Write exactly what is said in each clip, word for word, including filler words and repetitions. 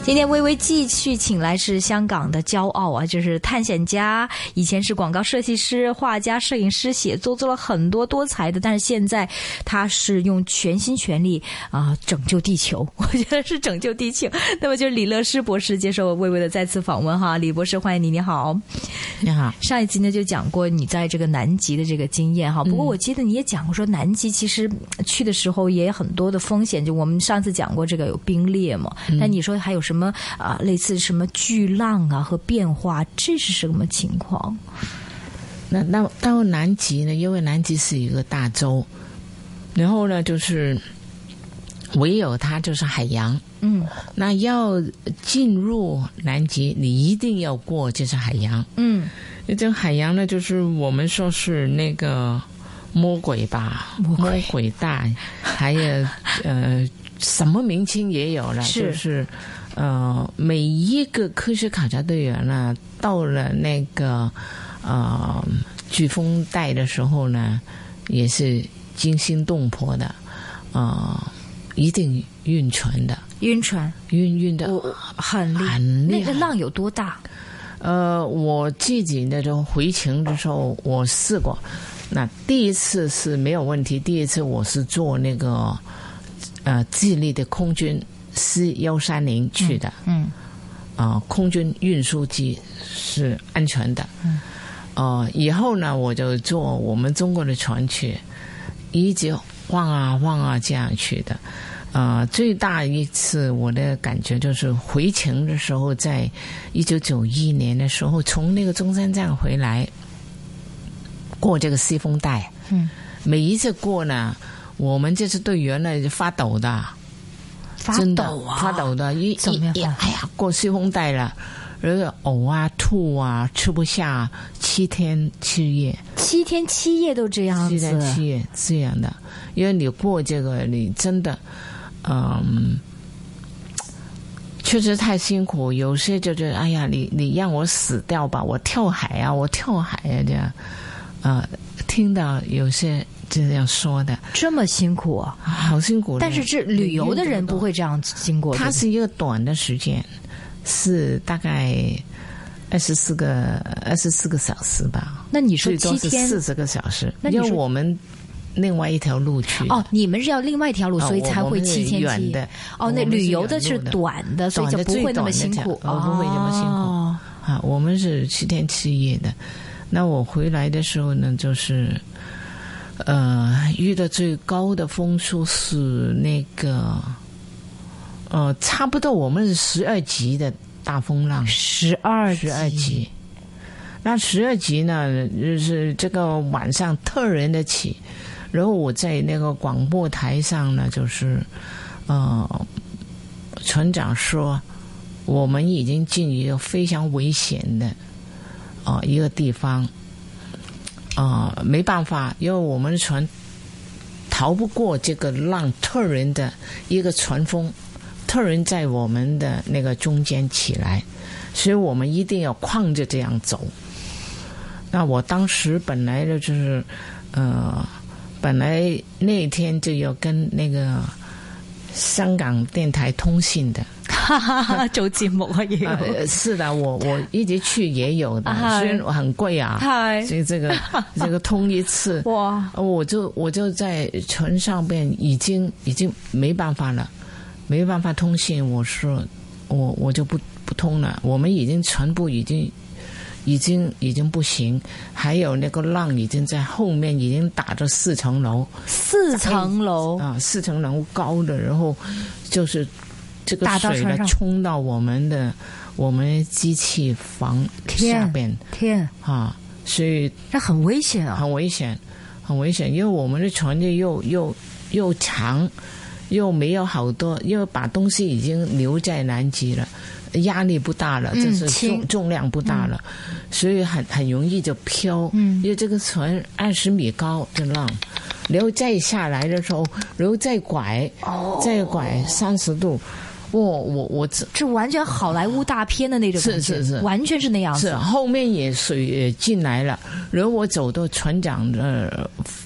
今天微微继续请来是香港的骄傲啊，就是探险家，以前是广告设计师、画家、摄影师，写作做了很多多才的，但是现在他是用全心全力啊、呃、拯救地球，我觉得是拯救地球。那么就是李乐诗博士接受微微的再次访问哈，李博士欢迎你，你好。 你好。 上一集呢就讲过你在这个南极的这个经验哈，不过我记得你也讲过说南极其实去的时候也有很多的风险，就我们上次讲过这个有冰裂嘛，嗯、但你说还有什么啊、呃、类似什么巨浪啊和变化，这是什么情况？ 那到到南极呢，因为南极是一个大洲，然后呢就是唯有它就是海洋，嗯，那要进入南极，你一定要过就是海洋，嗯，这个海洋呢，就是我们说是那个魔鬼吧，魔鬼, 魔鬼带，还有呃什么名称也有了，是就是呃每一个科学考察队员呢，到了那个呃飓风带的时候呢，也是惊心动魄的，呃。一定晕船的， 晕船， 晕晕的， 很厉害。 很厉害。 那个浪有多大？ 呃，我自己的就回程的时候，我试过。那第一次是没有问题，第一次我是坐那个呃智利的空军 C 一三零去的，嗯，啊、呃，空军运输机是安全的，嗯，呃，以后呢，我就坐我们中国的船去，一直晃啊晃啊这样去的。呃，最大一次我的感觉就是回程的时候，在一九九一年的时候，从那个中山站回来，过这个西风带，嗯，每一次过呢，我们这次队员呢就发抖的， 发抖啊， 发抖的，一怎么样？哎呀，过西风带了，然后呕啊、吐啊，吃不下，七天七夜， 七天七夜都这样子， 七天七夜这样的，因为你过这个，你真的。嗯，确实太辛苦，有些就觉得哎呀，你你让我死掉吧，我跳海啊，我跳海啊，这样，呃，听到有些这样说的， 这么辛苦啊， 好辛苦。 但是这旅游的人不会这样经过， 它是一个短的时间，是大概二十四个二十四个小时吧。 那你说七天四十个小时， 那因为我们。另外一条路去哦，你们是要另外一条路，所以才会七天七夜。哦，那旅游的是短的，所以就不会那么辛苦， 哦，不会那么辛苦、哦、啊。我们是七天七夜的。那我回来的时候呢，就是呃，遇到最高的风速是那个呃，差不多我们是十二级的大风浪， 十二十二级。那十二级呢，就是这个晚上突然的起。然后我在那个广播台上呢，就是呃，船长说我们已经进入一个非常危险的啊、呃、一个地方啊、呃，没办法，因为我们的船逃不过这个浪突然的一个船风，突然在我们的那个中间起来，所以我们一定要抗着这样走。那我当时本来的就是呃。本来那天就要跟那个香港电台通信的， 做節目啊也有、 呃。是的，我我一直去也有的，雖然很貴啊，所以這個這個通一次，哇，我就我就在船上邊已經已經沒辦法了，沒辦法通信。我說我我就不不通了，我們已經全部已經。已經已經不行，還有那個浪已經在後面已經打咗四層樓， 四層樓啊，四層樓高的，然後就是這個水呢衝到我們的我們機器房下邊， 天啊，所以這很危險啊， 很危險，很危險，因為我們的船又又又長，又沒有好多，因為把東西已經留在南極了。壓力不大了，就是重重量不大了，嗯、所以很很容易就飄。嗯，因為這個船二十米高的浪，然後再下來的時候，然後再拐，哦、再拐三十度，我我我這這完全好萊塢大片的那種感覺， 是是是， 完全是那樣子。 是後面也水也進來了，然後我走到船長的呃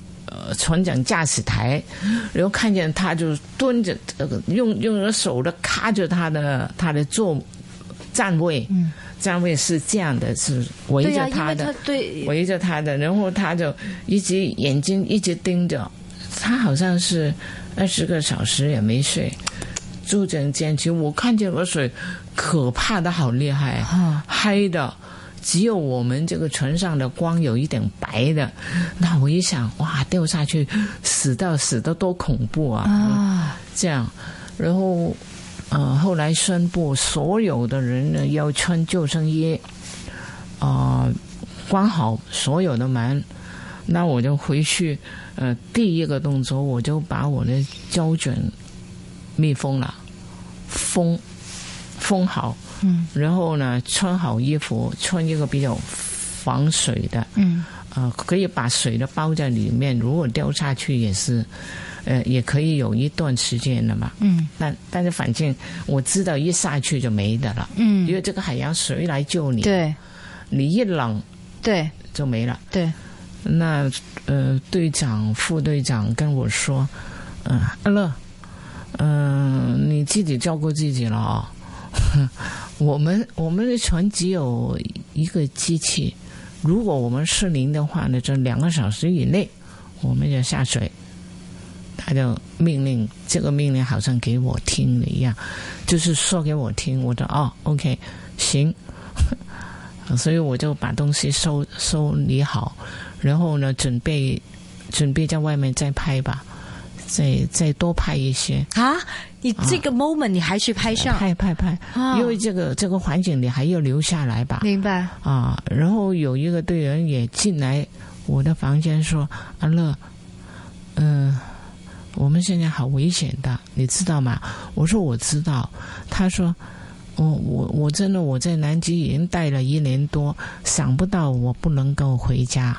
船长驾驶台，然后看见他就蹲着，呃、用用手的卡着他的他的座站位，嗯，站位是这样的，是围着他的， 对， 围着他的，然后他就一直眼睛一直盯着，他好像是二十个小时也没睡，住整间去，我看见个水可怕的好厉害，啊、黑的。只有我们这个船上的光有一点白的，那我一想，哇，掉下去死到死的多恐怖啊！啊这样，然后呃，后来宣布所有的人呢要穿救生衣，啊、呃，关好所有的门。那我就回去，呃，第一个动作我就把我的胶卷密封了，封封好。嗯，然后呢，穿好衣服，穿一个比较防水的，嗯，呃，可以把水的包在里面，如果掉下去也是，呃，也可以有一段时间的嘛，嗯，但但是反正我知道一下去就没的了，嗯，因为这个海洋水来救你， 对， 你一冷， 对， 就没了， 对， 那呃，队长、副队长跟我说，嗯、呃，阿乐，嗯、呃，你自己照顾自己了啊、哦。我们我们的船只有一个机器，如果我们失灵的话呢，这两个小时以内我们就下水。他就命令，这个命令好像给我听了一样，就是说给我听，我说哦 ，OK， 行，所以我就把东西收收理好，然后呢，准备准备在外面再拍吧。再再多拍一些啊！你这个 moment、啊、你还去拍上？ 拍拍拍、啊，因为这个这个环境你还要留下来吧？ 明白啊。然后有一个队员也进来我的房间说：“阿乐，嗯、呃，我们现在好危险的，你知道吗？”我说：“我知道。”他说：“我我我真的我在南极已经待了一年多，想不到我不能够回家，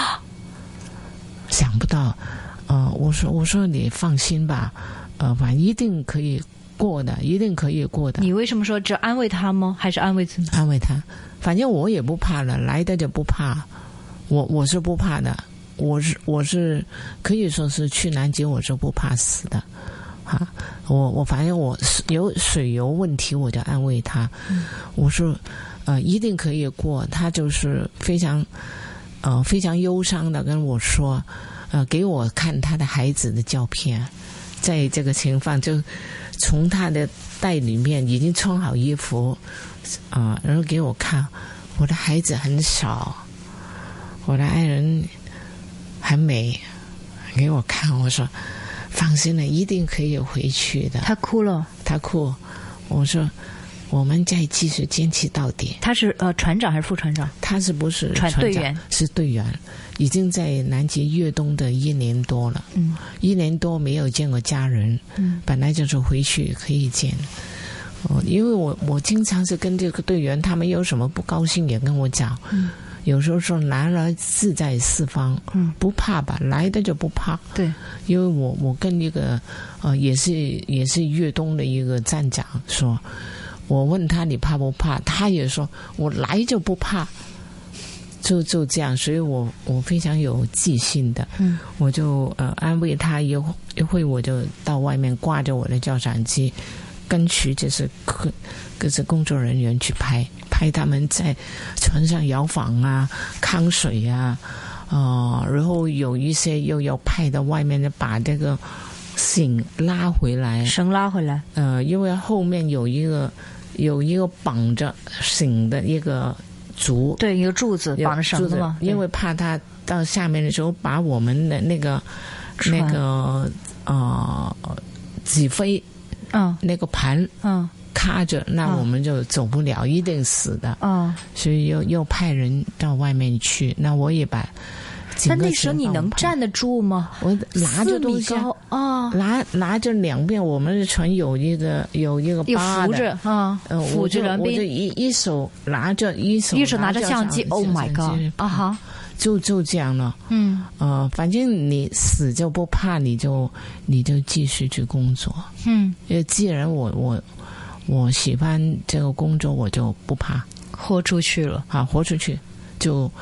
想不到。”呃，我说我说你放心吧，呃，反正一定可以过的，一定可以过的。 你为什么说只安慰他吗？还是安慰自己？ 安慰他，反正我也不怕了，来的就不怕，我我是不怕的，我是我是可以说是去南极我是不怕死的，啊，我我反正我有水有问题我就安慰他，嗯、我说呃一定可以过，他就是非常呃非常忧伤的跟我说。呃，给我看他的孩子的照片，在这个情况就从他的袋里面已经穿好衣服啊、呃，然后给我看，我的孩子很小，我的爱人很美，给我看，我说放心了，一定可以回去的。 他哭了， 他哭，我说我们再继续坚持到底。 他是呃船长还是副船长？ 他是不是船队员？ 是队员。已经在南极越冬的一年多了，嗯，一年多没有见过家人，嗯，本来就是回去可以见，哦，因为我我经常是跟这个队员，他们有什么不高兴也跟我讲，嗯，有时候说男儿志在四方，嗯，不怕吧，来的就不怕， 对， 因为我我跟一个呃也是也是越冬的一个站长说，我问他你怕不怕，他也说我来就不怕。就就这样，所以我我非常有自信的，嗯，我就呃安慰他，一一会我就到外面挂着我的照相机，跟随就是各各自工作人员去拍拍他们在船上摇房啊、康水啊，呃，然后有一些又要拍到外面的，把这个绳拉回来， 绳拉回来， 呃，因为后面有一个有一个绑着绳的一个。竹对，一个柱子绑着绳子嘛， 因为怕他到下面的时候把我们的那个那个呃纸飞嗯那个盘嗯卡着，那我们就走不了，嗯、一定死的嗯，所以又又派人到外面去，那我也把。 但那时候你能站得住吗？ 我拿着东西啊，拿拿着两边，我们的船有一个有一个扒的，扶着啊， 呃， 扶着两边， 我就一一手拿着，一手一手拿着相机 ，Oh my god！ 啊哈， 就就这样了。嗯，呃，反正你死就不怕，你就你就继续去工作。嗯，因为既然我我我喜欢这个工作，我就不怕， 豁出去了啊，豁出去就。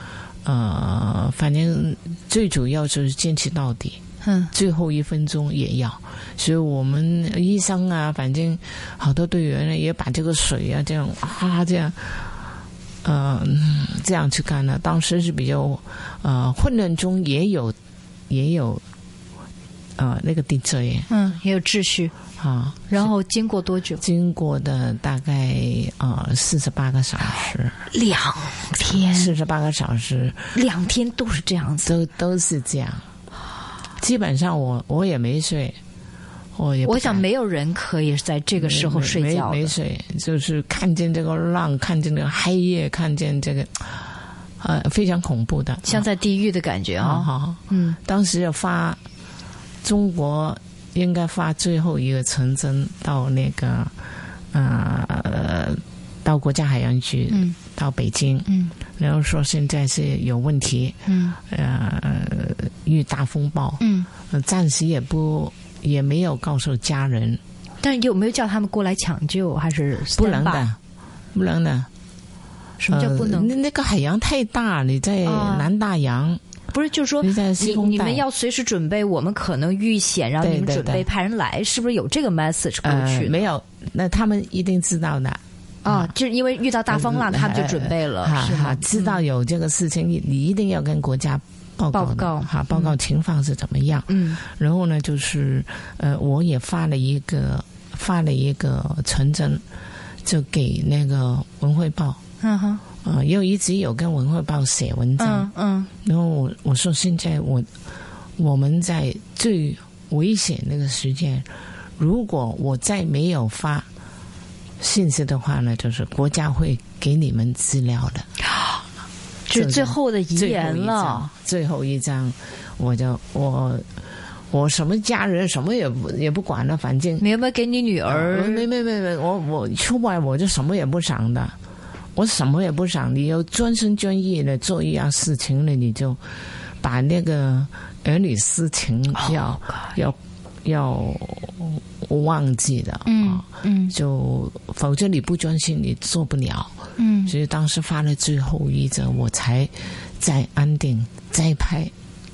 呃，反正最主要就是坚持到底。 嗯， 最后一分钟也要，所以我们医生啊，反正好多队员呢也把这个水啊这样啊这样，呃，这样去干了。当时是比较呃混乱中也有也有呃那个秩序， 嗯，也有秩序啊。 然后经过多久？ 经过的大概呃四十八个小时， 两天， 四十八个小时， 两天都是这样子， 都都是这样。基本上我我也没睡，我也不我想没有人可以在这个时候睡觉的。 没, 没, 没睡，就是看见这个浪，看见这个黑夜，看见这个呃非常恐怖的， 像在地狱的感觉啊、 哦！ 嗯， 当时要发中国应该发最后一个传真到那个呃到国家海洋局， 嗯， 到北京， 嗯， 然后说现在是有问题， 嗯， 呃，遇大风暴， 嗯， 呃、暂时也不也没有告诉家人。 但有没有叫他们过来抢救？还是不能的，不能的。 什么叫不能？ 呃、那个海洋太大，你在南大洋。啊不是，就是说你在西风带， 你们要随时准备，我们可能遇险，然后你们准备派人来， 对对对， 是不是有这个 message 过去、 呃？没有，那他们一定知道的。 啊，就是因为遇到大风浪，呃、他们就准备了， 呃、 是吗？ 知道有这个事情，你、嗯、你一定要跟国家报告报告， 哈，报告情况是怎么样。 嗯， 然后呢，就是呃，我也发了一个发了一个传真，就给那个文汇报。 嗯哼。 呃，因为一直有跟文汇报写文章， 嗯嗯， 然后我我说现在我我们在最危险那个时间，如果我再没有发信息的话呢，就是国家会给你们资料的， 这是最后的遗言了。 最后一章，我就我我什么家人什么也不也不管了，反正你有没有给你女儿？ 没没没没，我我出外我就什么也不想的。我什么也不想，你要专心专意的做一样事情了，你就把那个儿女私情要、oh, 要要忘记的， 嗯嗯， 就否则你不专心，你做不了， 嗯， 所以当时发了最后一则，我才再安定再拍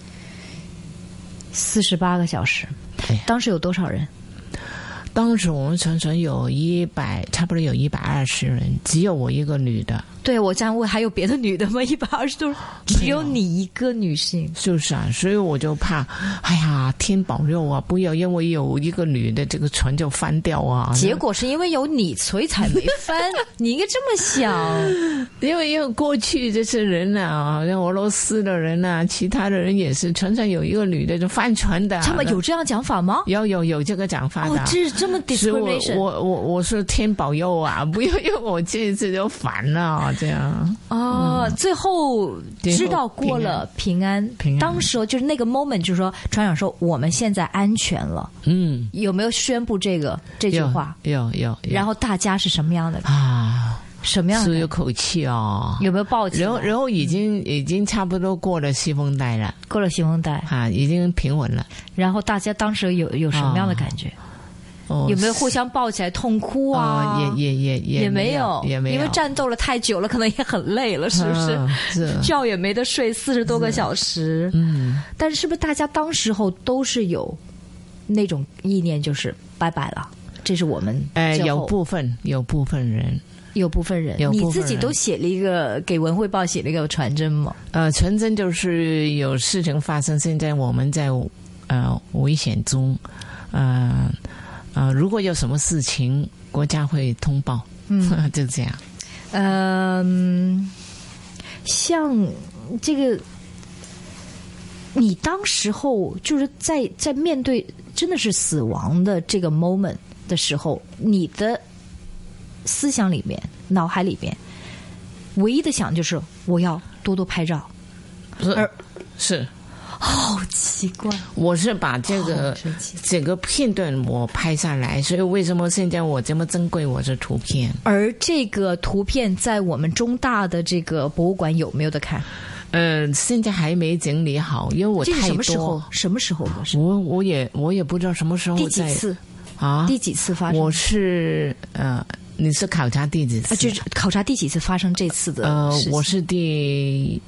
四十八个小时，当时有多少人？ 当时我们全程有一百，差不多有一百二十人，只有我一个女的。 对，我这样问，还有别的女的吗？一百二十都只有你一个女性， 就是啊，所以我就怕，哎呀，天保佑啊，不要因为有一个女的，这个船就翻掉啊。 结果是因为有你，所以才没翻。你应该这么想， 因为因为过去这些人啊，好像俄罗斯的人啊，其他的人也是，船上有一个女的就翻船的。 他们有这样讲法吗？ 有有有这个讲法的。 哦，这是这么 discrimination。 我我我我说天保佑啊，不要因为我这一次就烦了。这样哦、嗯，最后知道过了平安， 平安当时就是那个 moment， 就是说船长说我们现在安全了。 嗯， 有没有宣布这个这句话？ 有有 有, 有。 然后大家是什么样的啊？ 什么样的？ 舒一口气哦。 有没有抱起来？ 然后然后已经、嗯、已经差不多过了西风带了， 过了西风带啊，已经平稳了。 然后大家当时有有什么样的感觉？ 哦， 有没有互相抱起来痛哭啊？ 哦、也也也也也没有， 也没有， 因为战斗了太久了，可能也很累了，是不是？ 嗯、是觉也没得睡，四十多个小时。 嗯， 但是是不是大家当时候都是有那种意念，就是拜拜了，这是我们。 呃，有部分有部分人， 有部分人， 有部分人你自己都写了一个给文汇报写了一个传真吗？ 呃，传真就是有事情发生，现在我们在呃危险中，呃。呃，如果有什么事情，国家会通报，嗯，就这样。 嗯、呃，像这个，你当时候就是在在面对真的是死亡的这个 moment 的时候，你的思想里面、脑海里面，唯一的想就是我要多多拍照， 而是。 好奇怪！ 我是把这个整个片段我拍下来，所以为什么现在我这么珍贵我是图片？ 而这个图片在我们中大的这个博物馆有没有得看？ 呃，现在还没整理好，因为我太多。 这是什么时候？什么时候的？ 我我也我也不知道什么时候在。 第几次啊？ 第几次发生？ 我是呃，你是考察第几次？ 啊，就是考察第几次发生这次的呃， 事情？ 我是第。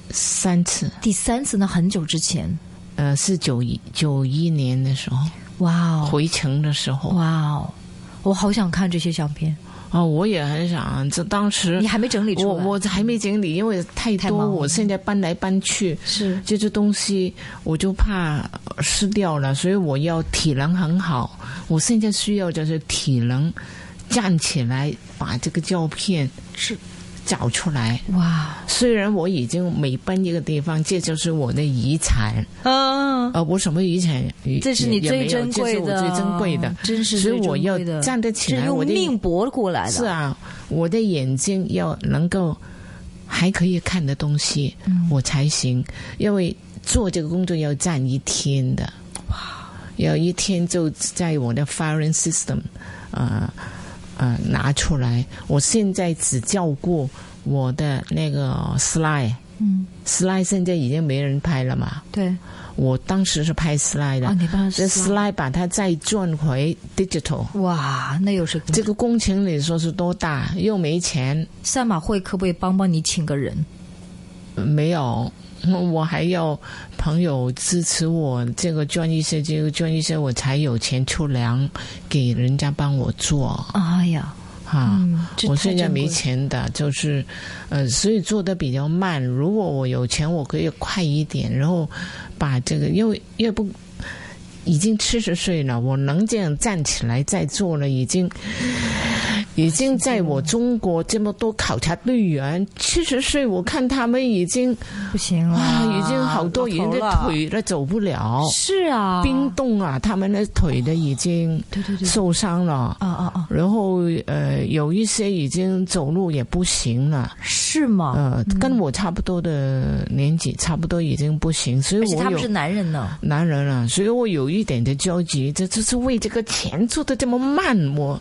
三次。 第三次呢，很久之前， 呃，是九一九一年的时候， 哇哦， 回程的时候， 哇哦，我好想看这些相片。 哦，我也很想，这当时你还没整理出来， 我我还没整理，因为太多，我现在搬来搬去， 是这些东西我就怕失掉了，所以我要体能很好。我现在需要就是体能站起来，把这个照片是找出来。 哇！ 虽然我已经每搬一个地方，这就是我的遗产。 嗯， 呃，我什么遗产？ 这是你最珍贵的， 这是我最珍贵的， 真是所以我要站得起来。 用命搏过来的。 是啊，我的眼睛要能够还可以看的东西，嗯、我才行。因为做这个工作要站一天的，哇！要一天就在我的 filing system， 呃。呃，拿出来。我现在只照顾我的那个 slide， 嗯 ，slide 现在已经没人拍了嘛。 对， 我当时是拍 slide 的， 啊，你拍 slide， slide 把它再转回 digital。 哇，那又是这个工程，你说是多大？又没钱。 赛马会可不可以帮帮你请个人？ 没有。我还要朋友支持我，这个赚一些，这个赚一些，我才有钱出粮给人家帮我做。 哎呀， 哈、嗯，我现在没钱的，就是，呃，所以做的比较慢。如果我有钱，我可以快一点，然后把这个，因为也不已经七十岁了，我能这样站起来再做了，已经。已经在我中国这么多考察队员，七十岁，我看他们已经不行了， 啊，已经好多人的腿都走不了。 是啊， 冰冻啊，他们的腿的已经受伤了。 啊啊啊！ 然后呃，有一些已经走路也不行了。 是吗？ 呃，跟我差不多的年纪，差不多已经不行，所以我有。 而且他们是男人呢。 男人啊，所以我有一点的焦急，这这是为这个钱做的这么慢，我。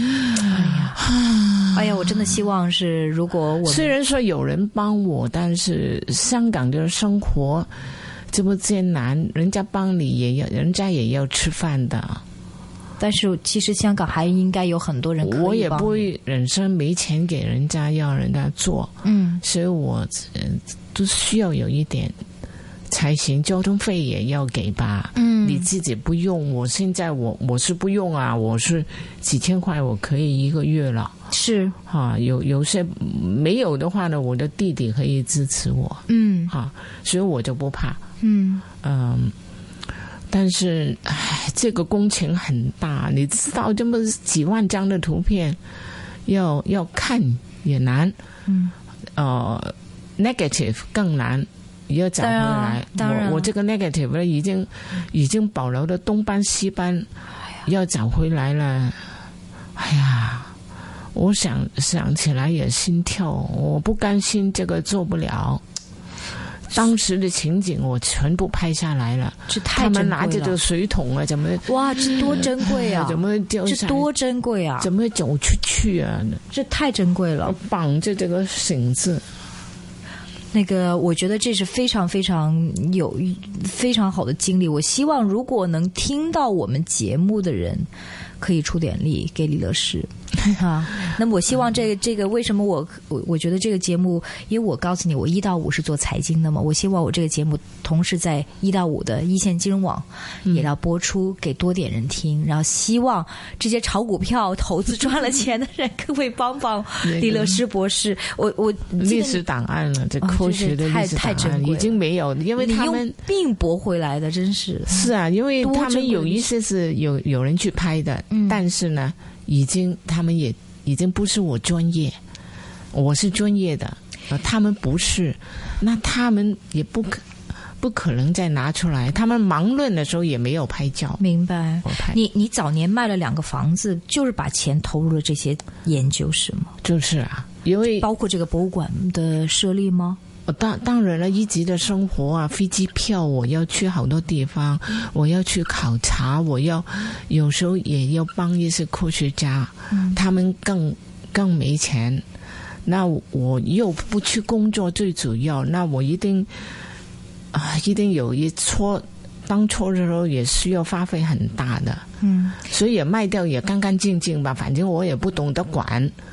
哎呀，我真的希望是，如果我虽然说有人帮我，但是香港的生活这么艰难，人家帮你也要，人家也要吃饭的。 但是其实香港还应该有很多人可以帮你。 我也不会人生没钱给人家要人家做，嗯，所以我呃都需要有一点才行，交通费也要给吧。嗯，你自己不用，我现在我我是不用啊，我是几千块我可以一个月了。 是哈、啊，有有些没有的话呢，我的弟弟可以支持我。嗯，哈、啊，所以我就不怕。嗯嗯，但是唉，这个工程很大，你知道这么几万张的图片，要要看也难。嗯，呃 ，negative 更难。要找回来，我我这个 negative 呢，已经已经保留的东班西班，哎、要找回来了。哎呀，我想想起来也心跳，我不甘心这个做不了。当时的情景我全部拍下来了， 这太珍贵了。 他们拿着这个水桶啊，怎么哇，这多珍贵啊！ 怎么掉下来？ 这多珍贵啊！ 怎么走出去啊？ 这太珍贵了， 绑着这个绳子。 那个，我觉得这是非常非常有非常好的经历。我希望如果能听到我们节目的人，可以出点力给李乐诗。啊，那么我希望这个这个为什么我我我觉得这个节目，因为我告诉你，我一到五是做财经的嘛，我希望我这个节目同时在一到五的一线金融网也要播出，给多点人听，然后希望这些炒股票投资赚了钱的人，可不可以帮帮李乐诗博士？我我历史档案了，这科学的历史档案已经没有，因为他们并博回来的，真是是啊，因为他们有一些是有有人去拍的，嗯、但是呢。已经，他们也已经不是我专业，我是专业的，呃，他们不是，那他们也不可不可能再拿出来。他们忙乱的时候也没有拍照。 明白。你你早年卖了两个房子，就是把钱投入了这些研究，是吗？ 就是啊，因为包括这个博物馆的设立吗？ 当当然了，一级的生活啊，飞机票我要去好多地方，我要去考察，我要有时候也要帮一些科学家，嗯、他们更更没钱，那我又不去工作，最主要，那我一定啊，一定有一撮，当初的时候也需要花费很大的，嗯，所以也卖掉也干干净净吧，反正我也不懂得管。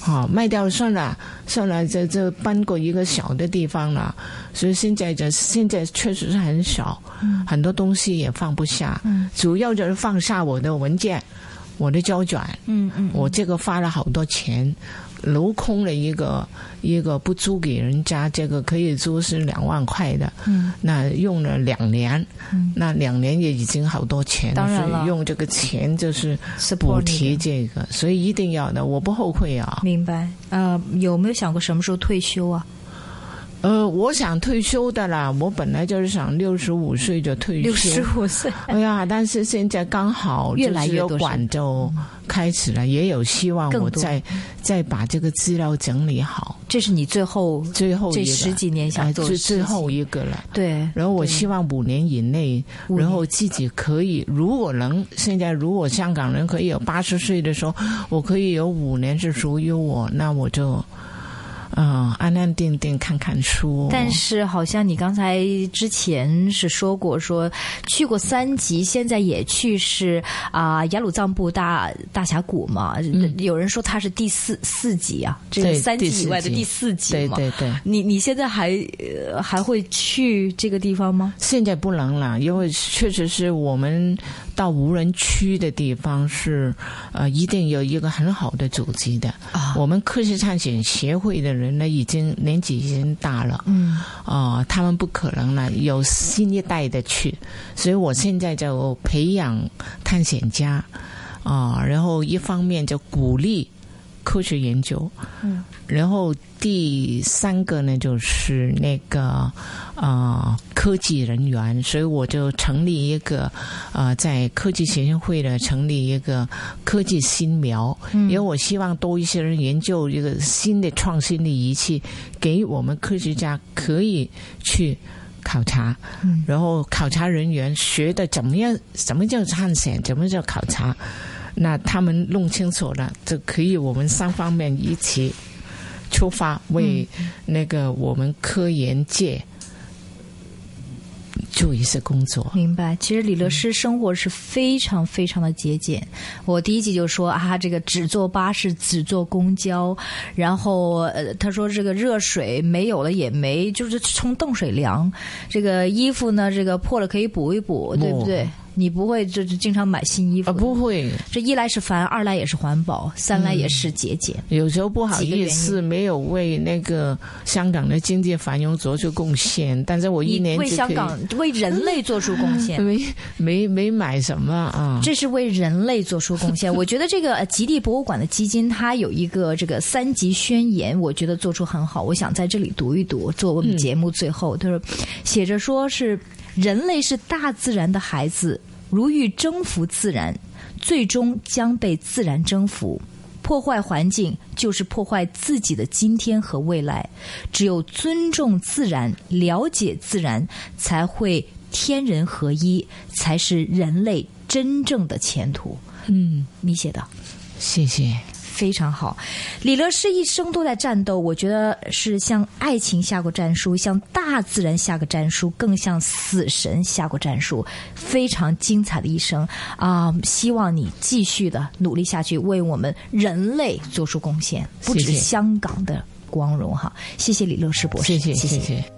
好、哦，卖掉算了，算了，这这搬过一个小的地方了，所以现在这现在确实是很少，嗯、很多东西也放不下，嗯、主要就是放下我的文件，我的胶卷，嗯嗯，我这个花了好多钱。楼空了一个一个不租给人家，这个可以租是两万块的，嗯，那用了两年，嗯，那两年也已经好多钱， 当然了， 所以用这个钱就是补贴这个，所以一定要的，我不后悔啊。 明白。呃，有没有想过什么时候退休啊？ 呃，我想退休的啦，我本来就是想六十五岁就退休。 六十五岁， 哎呀，但是现在刚好越来越多管就开始了，也有希望我再再把这个资料整理好。 这是你最后最后这十几年想做的事情、呃、最后一个了。 对。 然后我希望五年以内，然后自己可以，如果能，现在如果香港人可以有八十岁的时候，我可以有五年是属于我，那我就。嗯，安安定定看看书。 但是好像你刚才之前是说过，说去过三级，现在也去是啊、呃、雅鲁藏布大大峡谷嘛、嗯。有人说它是第四四级啊，这个三级以外的第四级嘛。 对对对。 你你现在还、呃、还会去这个地方吗？ 现在不能了，因为确实是我们到无人区的地方是呃一定有一个很好的组织的。啊、我们科学探险协会的人。人呢，已经年纪已经大了，嗯，啊、呃，他们不可能了，有新一代的去，所以我现在就培养探险家，啊、呃，然后一方面就鼓励科学研究，嗯，然后第三个呢就是那个呃科技人员，所以我就成立一个呃在科技协进会呢成立一个科技新苗，嗯，因为我希望多一些人研究一个新的创新的仪器，给我们科学家可以去考察，嗯，然后考察人员学的怎么样，什么叫探险，怎么叫考察。那他们弄清楚了，就可以我们三方面一起出发，为那个我们科研界做一些工作。 明白。其实李乐师生活是非常非常的节俭。我第一集就说啊，这个只坐巴士，只坐公交，然后呃，他说这个热水没有了也没，就是冲冻水凉。这个衣服呢，这个破了可以补一补，对不对？你不会就是经常买新衣服、 啊？不会。 这一来是烦，二来也是环保，三来也是节俭、 嗯。有时候不好意思，没有为那个香港的经济繁荣做出贡献，但是我一年就可以为香港、为人类做出贡献。 没没没买什么啊？ 这是为人类做出贡献。我觉得这个极地博物馆的基金，它有一个这个三级宣言，我觉得做出很好。我想在这里读一读，做我们节目最后，他、嗯、说写着说是。人类是大自然的孩子，如欲征服自然，最终将被自然征服。破坏环境就是破坏自己的今天和未来。只有尊重自然，了解自然，才会天人合一，才是人类真正的前途。嗯，你写的， 谢谢。 非常好。李乐师一生都在战斗，我觉得是向爱情下过战书，向大自然下过战书，更向死神下过战书，非常精彩的一生啊、呃！希望你继续的努力下去，为我们人类做出贡献，不止香港的光荣哈！谢谢李乐师博士， 谢谢谢谢。